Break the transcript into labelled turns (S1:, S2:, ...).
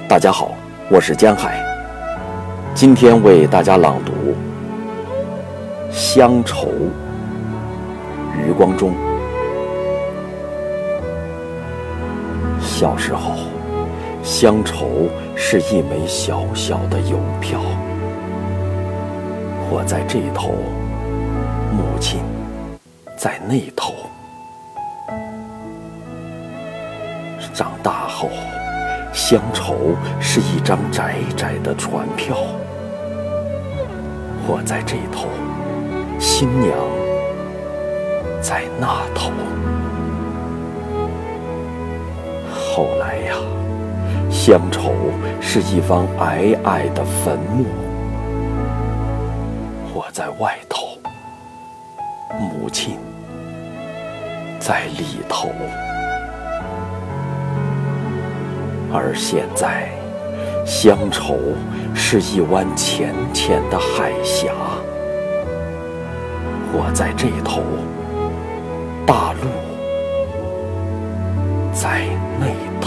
S1: 大家好，我是江海，今天为大家朗读《乡愁》，余光中。小时候，乡愁是一枚小小的邮票，我在这头，母亲在那头。长大后，乡愁是一张窄窄的船票，我在这头，新娘在那头。后来呀，乡愁是一方皑皑的坟墓，我在外头，母亲在里头。而现在，乡愁是一湾浅浅的海峡，我在这头，大陆在那头。